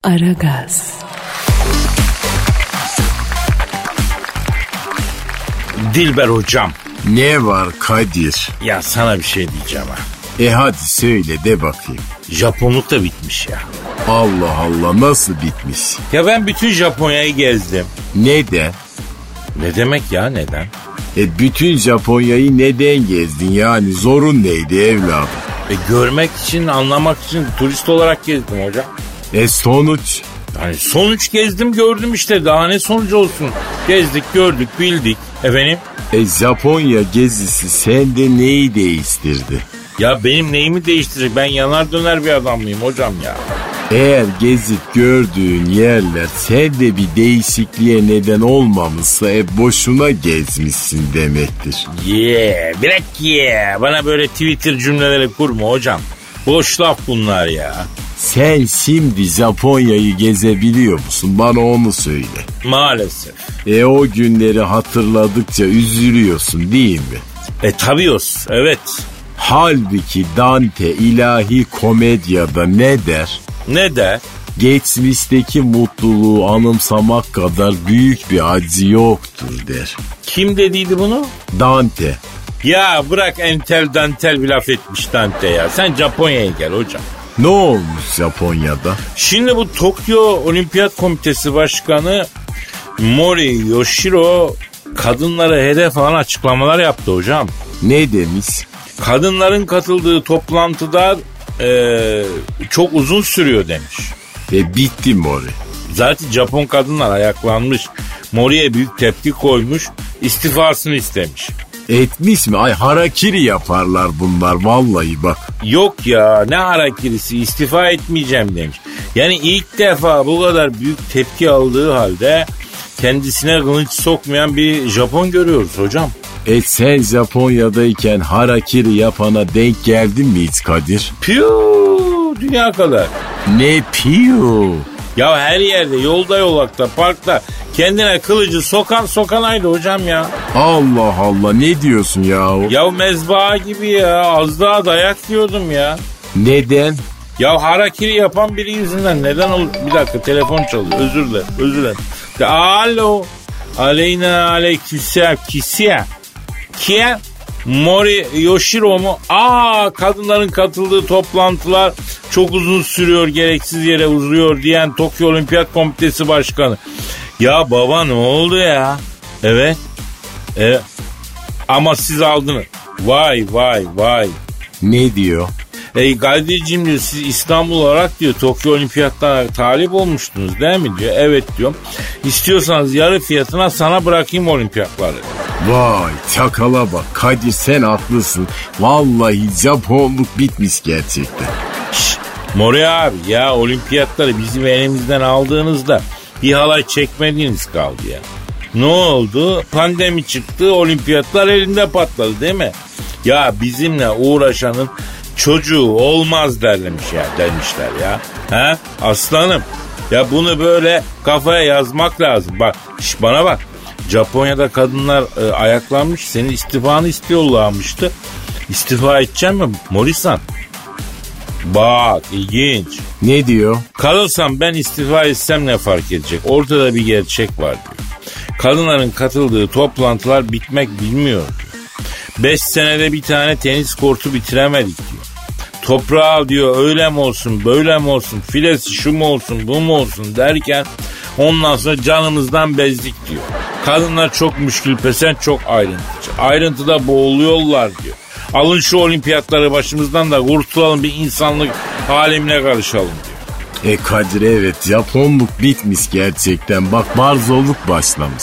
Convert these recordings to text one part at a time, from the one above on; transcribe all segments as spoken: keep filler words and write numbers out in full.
Aragaz. Dilber hocam. Ne var Kadir? Ya sana bir şey diyeceğim ha. E hadi söyle de bakayım. Japonluk da bitmiş ya. Allah Allah, nasıl bitmiş? Ya ben bütün Japonya'yı gezdim. Neden? Ne demek ya neden? E bütün Japonya'yı neden gezdin yani, zorun neydi evladım? E görmek için, anlamak için turist olarak gezdim hocam. E sonuç? Yani sonuç gezdim gördüm işte, daha ne sonucu olsun. Gezdik gördük bildik efendim. E Japonya gezisi sende neyi değiştirdi? Ya benim neyimi değiştirecek, ben yanar döner bir adam mıyım hocam ya? Eğer gezip gördüğün yerler sende bir değişikliğe neden olmamışsa e boşuna gezmişsin demektir. Yeah, bırak yeah. Bana böyle Twitter cümleleri kurma hocam. Boş laf bunlar ya. Sen şimdi Japonya'yı gezebiliyor musun? Bana onu söyle. Maalesef. E o günleri hatırladıkça üzülüyorsun değil mi? E tabios, evet. Halbuki Dante ilahi komedyada ne der? Ne der? Geçmişteki mutluluğu anımsamak kadar büyük bir acı yoktur der. Kim dediydi bunu? Dante. Ya bırak entel dantel bir laf etmiş Dante ya. Sen Japonya'ya gel hocam. Ne olmuş Japonya'da? Şimdi bu Tokyo Olimpiyat Komitesi Başkanı Mori Yoshiro kadınlara hedef alan açıklamalar yaptı hocam. Ne demiş? Kadınların katıldığı toplantıda e, çok uzun sürüyor demiş. E bitti Mori. Zaten Japon kadınlar ayaklanmış. Mori'ye büyük tepki koymuş. İstifasını istemiş. Etmiş mi? Ay harakiri yaparlar bunlar vallahi bak. Yok ya, ne harakirisi, istifa etmeyeceğim demiş. Yani ilk defa bu kadar büyük tepki aldığı halde kendisine kılıç sokmayan bir Japon görüyoruz hocam. E sen Japonya'dayken harakiri yapana denk geldin mi hiç Kadir? Piu, dünya kadar. Ne piu? Ya her yerde, yolda yolakta, parkta kendine kılıcı sokan sokanaydı hocam ya. Allah Allah, ne diyorsun yahu? Ya mezba gibi ya, az daha dayak yiyordum ya. Neden? Ya harakiri yapan biri yüzünden neden olur? Bir dakika, telefon çalıyor, özür dilerim, özür dilerim. De, alo, aleyna aleykümselam, kisiye, kiye, Mori Yoshiro mu? Aa, kadınların katıldığı toplantılar çok uzun sürüyor, gereksiz yere uzuyor diyen Tokyo Olimpiyat Komitesi Başkanı. Ya baba ne oldu ya? Evet. Evet. Ama siz aldınız. Vay vay vay. Ne diyor? Ey Kadir'cim diyor, siz İstanbul olarak diyor Tokyo Olimpiyatlarına talip olmuştunuz değil mi diyor. Evet diyor. İstiyorsanız yarı fiyatına sana bırakayım olimpiyatları. Vay çakala bak Kadir, sen haklısın. Vallahi Japonluk bitmiş gerçekten. Şşş Mori abi ya, olimpiyatları bizim elimizden aldığınızda bir halay çekmediğiniz kaldı ya. Ne oldu? Pandemi çıktı, olimpiyatlar elinde patladı değil mi? Ya bizimle uğraşanın çocuğu olmaz derlemiş ya, demişler ya. Ha aslanım, ya bunu böyle kafaya yazmak lazım. Bak şş, bana bak, Japonya'da kadınlar e, ayaklanmış, senin istifanı istiyorlarmıştı. İstifa edeceğim mi Morisan? Bak ilginç. Ne diyor? Kalırsam ben istifa etsem ne fark edecek? Ortada bir gerçek var diyor. Kadınların katıldığı toplantılar bitmek bilmiyor diyor. Beş senede bir tane tenis kortu bitiremedik diyor. Toprağı diyor öyle mi olsun böyle mi olsun, filesi şu mu olsun bu mu olsun derken ondan sonra canımızdan bezdik diyor. Kadınlar çok müşkülpesen, çok ayrıntıcı. Ayrıntıda boğuluyorlar diyor. Alın şu olimpiyatları başımızdan da kurtulalım, bir insanlık halimine karışalım diyor. E Kadir evet, Japonluk bitmiş gerçekten. Bak marzoluk başlamış.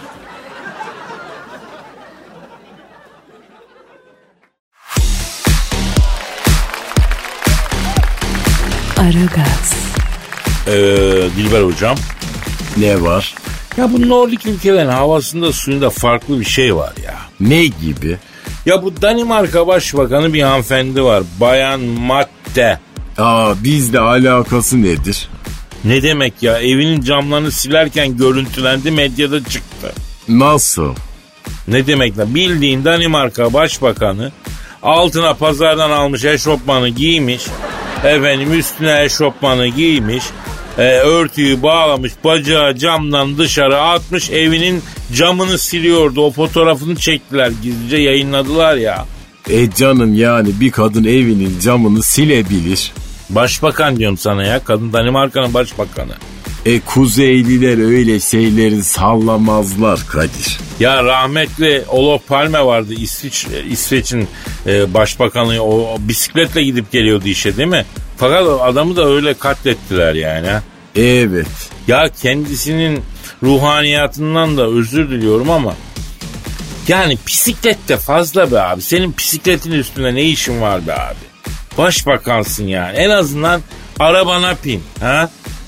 Aragaz. Ee, Dilber hocam. Ne var? Ya bu Nordik ülkelerin havasında suyunda farklı bir şey var ya. Ne gibi? Ya bu Danimarka Başbakanı bir hanımefendi var. Bayan Matte. Aa, bizle alakası nedir? Ne demek ya? Evinin camlarını silerken görüntülendi, medyada çıktı. Nasıl? Ne demek lan? Bildiğin Danimarka Başbakanı altına pazardan almış eşofmanı giymiş. Efendim üstüne eşofmanı giymiş. e, örtüyü bağlamış, bacağı camdan dışarı atmış, evinin camını siliyordu. O fotoğrafını çektiler, gizlice yayınladılar ya. E canım, yani bir kadın evinin camını silebilir. Başbakan diyorum sana ya, kadın Danimarka'nın başbakanı. E Kuzeyliler öyle şeyleri sallamazlar Kadir. Ya rahmetli Olof Palme vardı, İsviç, İsveç'in e, başbakanı, o, o bisikletle gidip geliyordu işe, değil mi? Fakat adamı da öyle katlettiler yani. Evet. Ya kendisinin ruhaniyatından da özür diliyorum ama yani bisiklet de fazla be abi. Senin bisikletin üstünde ne işin var be abi? Başbakansın yani. En azından arabana pin. Ha?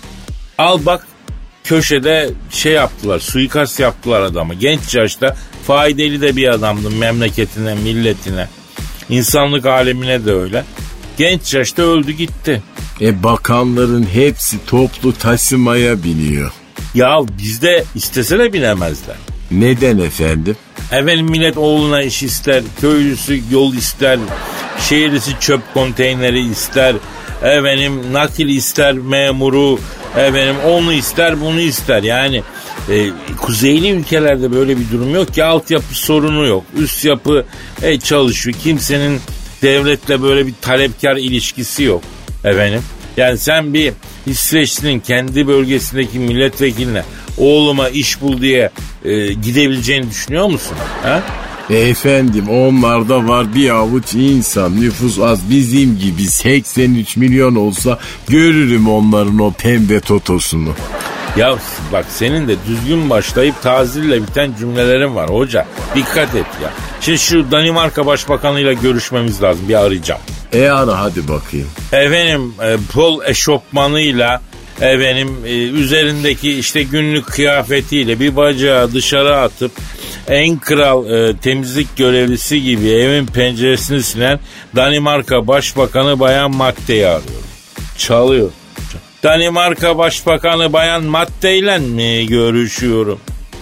Al bak, köşede şey yaptılar, suikast yaptılar adamı. Genç yaşta faydalı da bir adamdı memleketine, milletine. İnsanlık alemine de öyle. Genç yaşta öldü gitti. E bakanların hepsi toplu taşımaya biniyor. Ya bizde istese de binemezler. Neden efendim? Efendim millet oğluna iş ister, köylüsü yol ister, şehirlisi çöp konteyneri ister, efendim nakil ister memuru, efendim onu ister bunu ister. Yani e, kuzeyli ülkelerde böyle bir durum yok ki, altyapı sorunu yok. Üst yapı e, çalışıyor, kimsenin devletle böyle bir talepkar ilişkisi yok efendim. Yani sen bir İsveçli'nin kendi bölgesindeki milletvekiline oğluma iş bul diye e, gidebileceğini düşünüyor musun? Ha? E efendim, onlarda var bir avuç insan, nüfus az, bizim gibi seksen üç milyon olsa görürüm onların o pembe totosunu. Ya bak, senin de düzgün başlayıp tazirle biten cümlelerin var hoca. Dikkat et ya. Şimdi şu Danimarka Başbakanı'yla görüşmemiz lazım, bir arayacağım. E ara hadi bakayım. Efendim e, pol eşofmanıyla, efendim e, üzerindeki işte günlük kıyafetiyle bir bacağı dışarı atıp en kral e, temizlik görevlisi gibi evin penceresini silen Danimarka Başbakanı Bayan Matte'yi arıyorum. Çalıyor. Danimarka Başbakanı Bayan Matte ile mi görüşüyorum?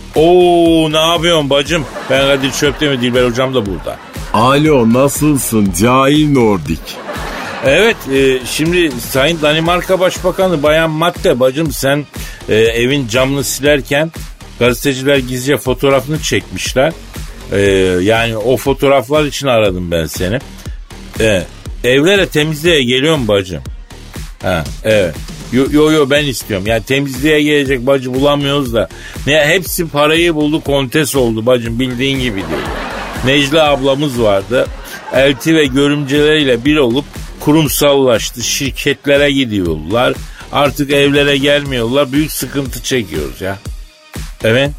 Oo, ne yapıyorsun bacım? Ben Kadir Çöptemir, Dilber hocam da burada. Alo, nasılsın cahil Nordik? Evet, e, şimdi Sayın Danimarka Başbakanı Bayan Matte bacım, sen e, evin camını silerken gazeteciler gizlice fotoğrafını çekmişler. E, yani o fotoğraflar için aradım ben seni. E, evlere temizliğe geliyor mu bacım? Ha, evet. Yo, yo yo ben istiyorum. Yani temizliğe gelecek bacı bulamıyoruz da. Ne hepsi parayı buldu, kontes oldu bacım, bildiğin gibi değil. Necla ablamız vardı. Elti ve görümceleriyle bir olup kurumsallaştı. Şirketlere gidiyorlar. Artık evlere gelmiyorlar. Büyük sıkıntı çekiyoruz ya. Evet.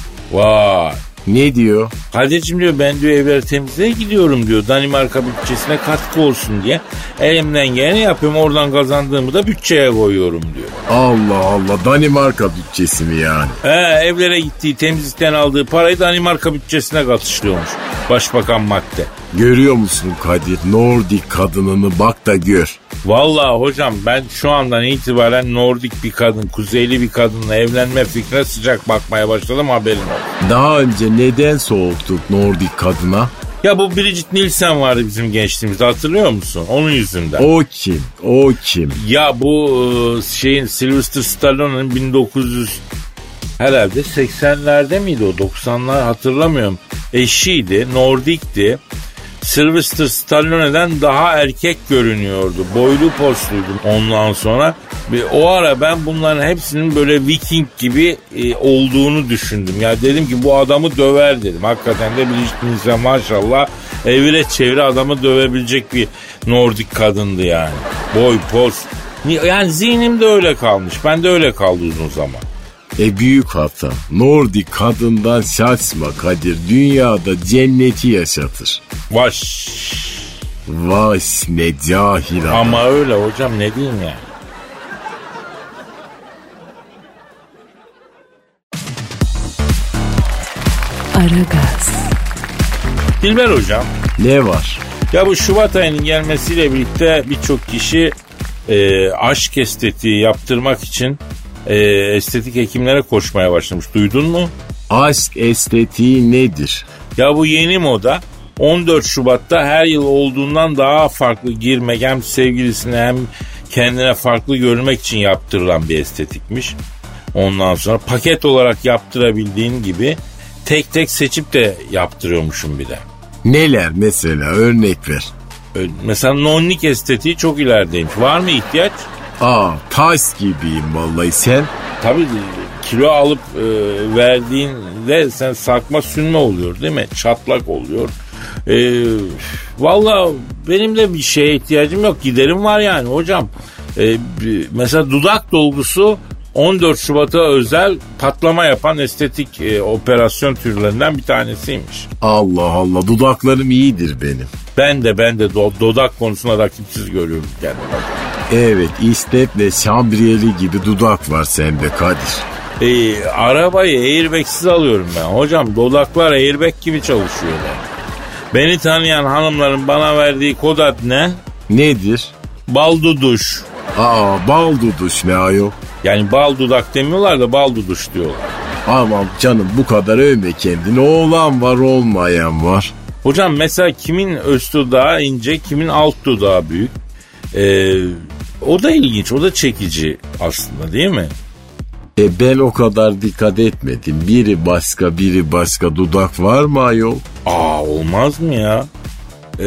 Vay. Ne diyor? Kardeşim diyor, ben diyor evleri temizliğe gidiyorum diyor. Danimarka bütçesine katkı olsun diye elimden geleni yapıyorum. Oradan kazandığımı da bütçeye koyuyorum diyor. Allah Allah, Danimarka bütçesi mi yani? He, evlere gittiği temizlikten aldığı parayı Danimarka bütçesine katışlıyormuş Başbakan Matte. Görüyor musun Kadir? Nordik kadınını bak da gör. Vallahi hocam, ben şu andan itibaren Nordik bir kadın, kuzeyli bir kadınla evlenme fikrine sıcak bakmaya başladım, haberin olsun. Daha önce neden soğuktuk Nordik kadına? Ya bu Bridget Nielsen vardı bizim gençliğimizde, hatırlıyor musun? Onun yüzünden. O kim? O kim? Ya bu şeyin, Sylvester Stallone'nin bin dokuz yüz herhalde seksenlerde miydi o, doksanlar hatırlamıyorum. Eşiydi, Nordik'ti. Sylvester Stallone'den daha erkek görünüyordu. Boylu posluydu ondan sonra. O ara ben bunların hepsinin böyle Viking gibi e, olduğunu düşündüm. Ya dedim ki bu adamı döver dedim. Hakikaten de bir insan maşallah, evire çevire adamı dövebilecek bir Nordik kadındı yani. Boy, poz. Yani zihnimde öyle kalmış. Ben de öyle kaldı uzun zaman. E büyük hata. Nordik kadından şaşma Kadir. Dünyada cenneti yaşatır. Vaş. Vaş ne cahil adam. Ama öyle hocam, ne diyeyim yani. Aragaz. Dilber hocam. Ne var? Ya bu Şubat ayının gelmesiyle birlikte birçok kişi e, aşk estetiği yaptırmak için e, estetik hekimlere koşmaya başlamış. Duydun mu? Aşk estetiği nedir? Ya bu yeni moda on dört Şubat'ta her yıl olduğundan daha farklı girmek, hem sevgilisine hem kendine farklı görünmek için yaptırılan bir estetikmiş. Ondan sonra paket olarak yaptırabildiğin gibi tek tek seçip de yaptırıyormuşum bir de. Neler mesela, örnek ver. Mesela nonnik estetiği çok ilerideymiş. Var mı ihtiyaç? Aa, taş gibiyim vallahi. Sen? Tabii kilo alıp e, verdiğinde sen sarkma sünme oluyor değil mi? Çatlak oluyor. E, Valla benim de bir şeye ihtiyacım yok. Giderim var yani hocam. E, mesela dudak dolgusu on dört Şubat'a özel patlama yapan estetik e, operasyon türlerinden bir tanesiymiş. Allah Allah, dudaklarım iyidir benim. Ben de ben de do- dudak konusunda rakipsiz görüyorum kendimi. Evet, İstep'le Şambriyeli gibi dudak var sende Kadir. E, arabayı airbag'siz alıyorum ben. Hocam dudaklar airbag gibi çalışıyorlar. Beni tanıyan hanımların bana verdiği kod ad ne? Nedir? Bal duduş. Aa, bal duduş ne ayol? Yani bal dudak demiyorlar da bal duduş diyorlar. Aman canım, bu kadar övme kendini. Olan var, olmayan var. Hocam mesela kimin üst dudağı ince, kimin alt dudağı büyük. Ee, o da ilginç, o da çekici aslında değil mi? E ben o kadar dikkat etmedim. Biri başka, biri başka dudak var mı ayol? Aa, olmaz mı ya? Ee,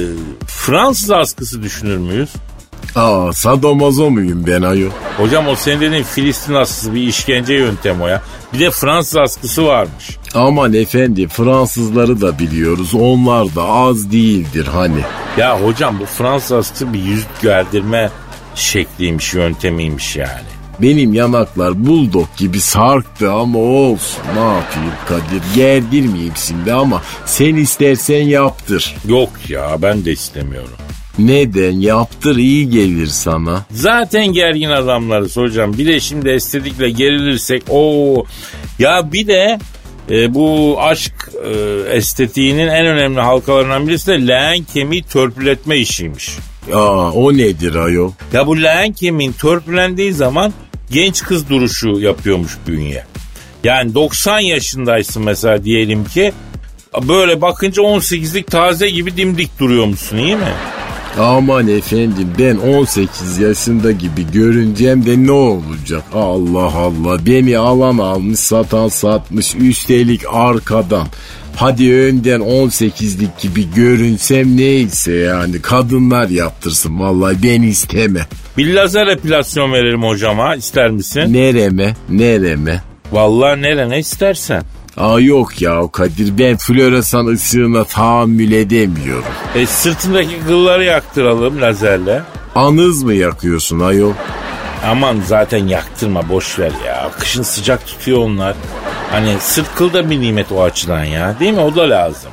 Fransız askısı düşünür müyüz? Aa, sadomazo muyum ben ayol? Hocam o senin dediğin Filistin askısı, bir işkence yöntemi o ya. Bir de Fransız askısı varmış. Aman efendi, Fransızları da biliyoruz. Onlar da az değildir hani. Ya hocam bu Fransız askısı bir yüz gerdirme şekliymiş, yöntemiymiş yani. Benim yanaklar buldog gibi sarktı ama olsun, ne yapayım Kadir, gerdirmeyeyim şimdi ama sen istersen yaptır. Yok ya, ben de istemiyorum. Neden? Yaptır, iyi gelir sana. Zaten gergin adamlarız hocam. Bir de şimdi estetikle gerilirsek o ya bir de e, bu aşk e, estetiğinin en önemli halkalarından birisi de leğen kemiği törpületme işiymiş. Aa, o nedir ayol? Ya bu leğen kemiğin törpülendiği zaman genç kız duruşu yapıyormuş bünye. Yani doksan yaşındaysın mesela diyelim ki, böyle bakınca on sekizlik taze gibi dimdik duruyormuşsun, iyi mi? Aman efendim, ben on sekiz yaşında gibi görüneceğim de ne olacak? Allah Allah, beni alan almış, satan satmış, üstelik arkadan. Hadi önden on sekizlik gibi görünsem neyse yani, kadınlar yaptırsın, vallahi ben isteme. Bir lazer epilasyon veririm hocama, ister misin? Nereme nereme? Vallahi nerene istersen. Aa yok ya Kadir, ben floresan ışığına tahammül edemiyorum. E sırtındaki kılları yaktıralım lazerle. Anız mı yakıyorsun ayol? Aman zaten yaktırma, boş ver ya. Kışın sıcak tutuyor onlar. Hani sırt kıl da bir nimet o açıdan ya, değil mi? O da lazım.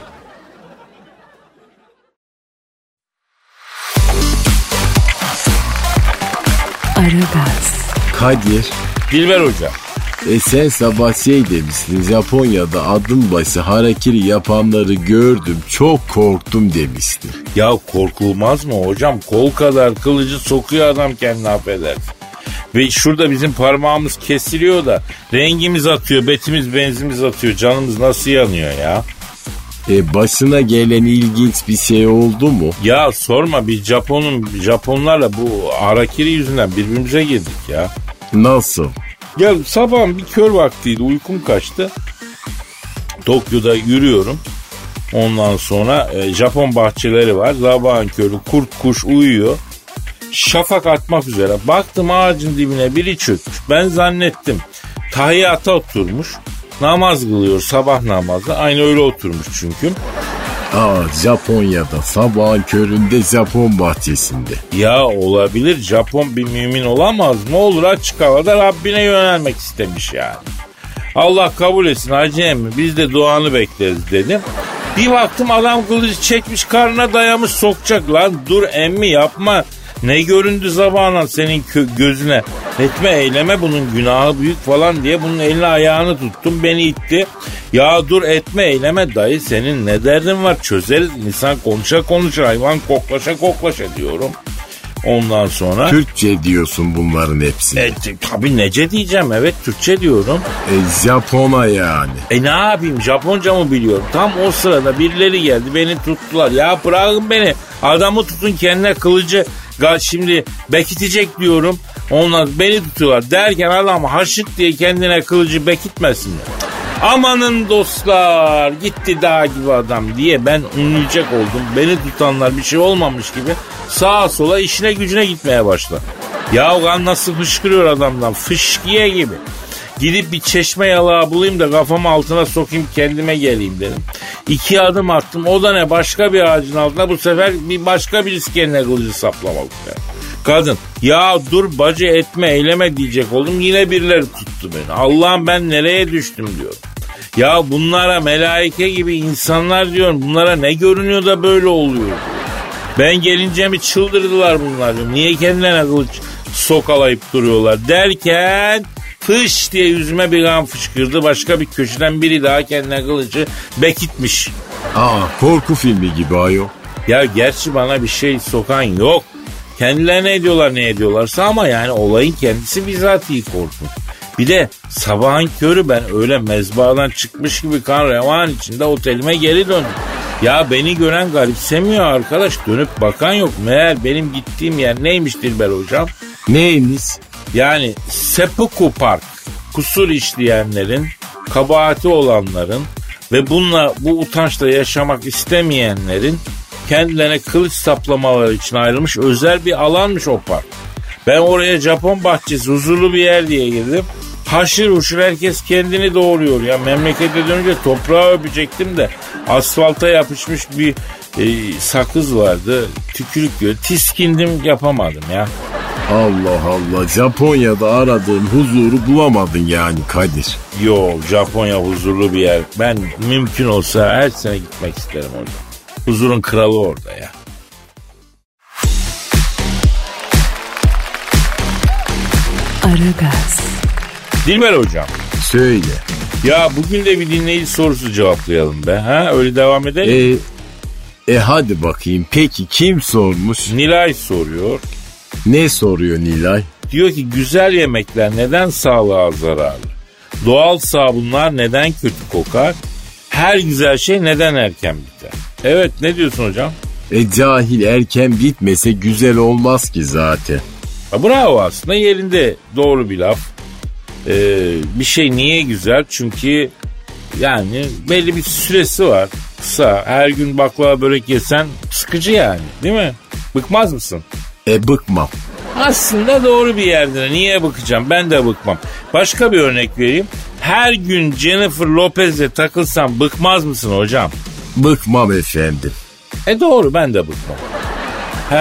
Aragaz. Kadir. Dilber Hoca. E sen sabah şey demiştin, Japonya'da adım başı harakiri yapanları gördüm, çok korktum demiştin. Ya korkulmaz mı hocam? Kol kadar kılıcı sokuyor adam kendini, affedersin. Ve şurada bizim parmağımız kesiliyor da rengimiz atıyor, betimiz benzimiz atıyor, canımız nasıl yanıyor ya? E başına gelen ilginç bir şey oldu mu? Ya sorma, bir Japon'un Japonlarla bu harakiri yüzünden birbirimize girdik ya. Nasıl? Ya sabahın bir kör vaktiydi, uykum kaçtı. Tokyo'da yürüyorum. Ondan sonra e, Japon bahçeleri var. Sabahın körü kurt kuş uyuyor. Şafak atmak üzere. Baktım ağacın dibine biri çökmüş. Ben zannettim tahiyyata oturmuş. Namaz kılıyor, sabah namazı. Aynı öyle oturmuş çünkü. Aa, Japonya'da sabahın köründe Japon bahçesinde. Ya olabilir, Japon bir mümin olamaz. Ne olur açık havada Rabbine yönelmek istemiş yani. Allah kabul etsin hacı emmi, biz de duanı bekleriz dedim. Bir baktım adam kılıcı çekmiş, karnına dayamış, sokacak. Lan dur emmi, yapma. Ne göründü zabağına senin kö- gözüne. Etme eyleme, bunun günahı büyük falan diye bunun elini ayağını tuttum, beni itti. Ya dur etme eyleme dayı, senin ne derdin var, çözeriz. İnsan konuşa konuşa, hayvan koklaşa koklaşa diyorum. Ondan sonra... Türkçe diyorsun bunların hepsini. E, tabii nece diyeceğim, evet Türkçe diyorum. E Japona yani. E ne yapayım, Japonca mı biliyorum? Tam o sırada birileri geldi, beni tuttular. Ya bırakın beni, adamı tutun, kendine kılıcı Şimdi bekitecek diyorum. Onlar beni tutuyorlar. Derken adam haşık diye kendine kılıcı bekitmesinler. Amanın dostlar gitti dağ gibi adam diye ben unlayacak oldum. Beni tutanlar bir şey olmamış gibi sağa sola işine gücüne gitmeye başladı. Ya kan nasıl fışkırıyor adamdan, fışkiye gibi. Gidip bir çeşme yalağı bulayım da kafamı altına sokayım kendime geleyim dedim. İki adım attım, o da ne, başka bir ağacın altına, bu sefer bir başka bir iskeline kılıcı saplamalık. Yani. Kadın ya dur bacı etme eyleme diyecek oldum, yine birileri tuttu beni. Allah'ım ben nereye düştüm diyorum. Ya bunlara melaike gibi insanlar diyorum, bunlara ne görünüyor da böyle oluyor. Ben gelince mi çıldırdılar bunlar diyorum. Niye kendilerine kılıç sokalayıp duruyorlar derken fış diye yüzüme bir kan fışkırdı. Başka bir köşeden biri daha kendine kılıcı bekitmiş. Aa, korku filmi gibi ayol. Ya gerçi bana bir şey sokan yok. Kendilerine ediyorlar ne ediyorlarsa ama yani olayın kendisi bizatihi korkunç. Bir de sabahın körü ben öyle mezbahadan çıkmış gibi kan revan içinde otelime geri döndüm. Ya beni gören garipsemiyor arkadaş, dönüp bakan yok. Meğer benim gittiğim yer neymiş Dilber hocam? Neymiş? Yani seppuku park, kusur işleyenlerin, kabahati olanların ve bununla bu utançla yaşamak istemeyenlerin kendilerine kılıç saplamaları için ayrılmış özel bir alanmış o park. Ben oraya Japon bahçesi, huzurlu bir yer diye girdim. Haşır huşur herkes kendini doğuruyor ya. Memlekete dönünce toprağı öpecektim de asfalta yapışmış bir e, sakız vardı. Tükürük diyor. Tiskindim, yapamadım ya. Allah Allah, Japonya'da aradığın huzuru bulamadın yani Kadir. Yo, Japonya huzurlu bir yer. Ben mümkün olsa her sene gitmek isterim orada. Huzurun kralı orada ya. Aragaz. Dilber hocam. Söyle. Ya bugün de bir dinleyici sorusu cevaplayalım be. Ha, öyle devam edelim. E, e hadi bakayım. Peki kim sormuş? Nilay soruyor. Ne soruyor Nilay? Diyor ki güzel yemekler neden sağlığa zararlı? Doğal sabunlar neden kötü kokar? Her güzel şey neden erken biter? Evet, ne diyorsun hocam? E cahil, erken bitmese güzel olmaz ki zaten. Ha, bravo, aslında yerinde doğru bir laf. Ee, bir şey niye güzel? Çünkü yani belli bir süresi var. Kısa. Her gün baklava börek yesen sıkıcı yani, değil mi? Bıkmaz mısın? E bıkmam. Aslında doğru bir yerde. Niye bıkacağım? Ben de bıkmam. Başka bir örnek vereyim. Her gün Jennifer Lopez'le takılsam bıkmaz mısın hocam? Bıkmam efendim. E doğru, ben de bıkmam. He,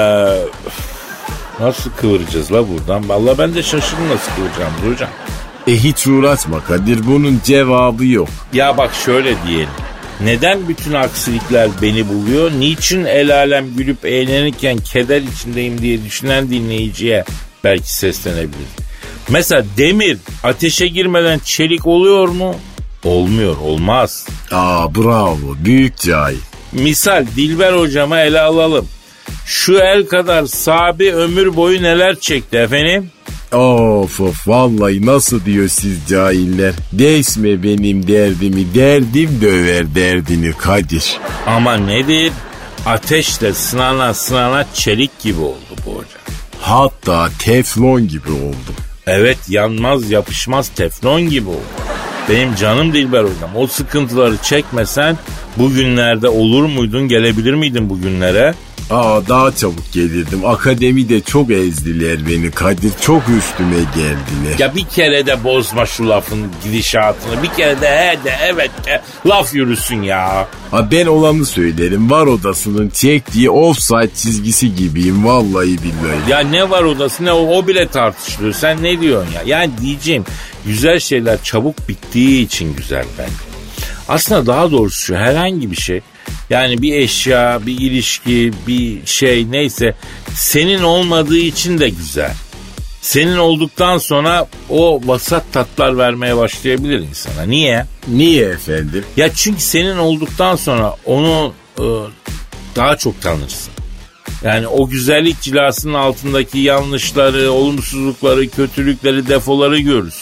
nasıl kıvıracağız la buradan? Vallahi ben de şaşırdım nasıl kıvıracağımız hocam. E hiç uğraşma Kadir, bunun cevabı yok. Ya bak şöyle diyelim. Neden bütün aksilikler beni buluyor? Niçin el alem gülüp eğlenirken keder içindeyim diye düşünen dinleyiciye belki seslenebilir. Mesela demir ateşe girmeden çelik oluyor mu? Olmuyor, olmaz. Aa bravo, büyük cahil. Misal Dilber hocama ele alalım. Şu el kadar sabi ömür boyu neler çekti efendim? Of of, vallahi nasıl diyor siz cahiller. Değişme benim derdimi, derdim döver derdini Kadir. Ama nedir? Ateşle sınana sınana çelik gibi oldu bu hocam. Hatta teflon gibi oldu. Evet, yanmaz yapışmaz teflon gibi oldu. Benim canım Dilber hocam, o sıkıntıları çekmesen bugünlerde olur muydun, gelebilir miydin bugünlere? Aa daha çabuk gelirdim. Akademide çok ezdiler beni Kadir. Çok üstüme geldiler. Ya bir kere de bozma şu lafın gidişatını. Bir kere de he de evet de laf yürüsün ya. Ha ben olanı söylerim. Var odasının çektiği offside çizgisi gibiyim. Vallahi billahi. Ya ne var odası ne o, o bile tartışılıyor. Sen ne diyorsun ya? Yani diyeceğim, güzel şeyler çabuk bittiği için güzel bence. Aslında daha doğrusu şu, herhangi bir şey, yani bir eşya, bir ilişki, bir şey neyse senin olmadığı için de güzel. Senin olduktan sonra o vasat tatlar vermeye başlayabilir insana. Niye? Niye efendim? Ya çünkü senin olduktan sonra onu e, daha çok tanırsın. Yani o güzellik cilasının altındaki yanlışları, olumsuzlukları, kötülükleri, defoları görürsün.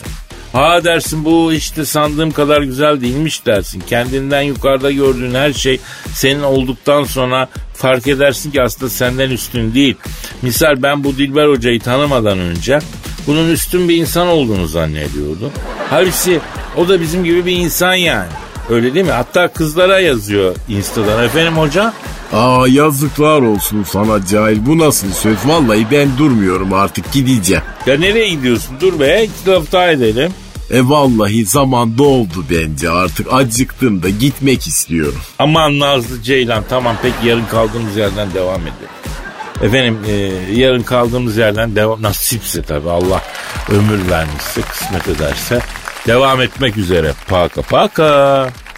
Ha dersin bu işte sandığım kadar güzel değilmiş dersin. Kendinden yukarıda gördüğün her şey senin olduktan sonra fark edersin ki aslında senden üstün değil. Misal ben bu Dilber Hoca'yı tanımadan önce bunun üstün bir insan olduğunu zannediyordum. Halbuki o da bizim gibi bir insan yani. Öyle değil mi? Hatta kızlara yazıyor Insta'dan. Efendim hocam? Aa yazıklar olsun sana cahil. Bu nasıl söz? Vallahi ben durmuyorum artık, gideceğim. Ya nereye gidiyorsun? Dur be, iki laf daha edelim. E vallahi zaman doldu bence, artık acıktım da gitmek istiyorum. Aman Nazlı Ceylan, tamam peki yarın kaldığımız yerden devam edelim. Efendim e, yarın kaldığımız yerden devam, nasipse tabii Allah ömür vermişse, kısmet ederse devam etmek üzere. Paka paka.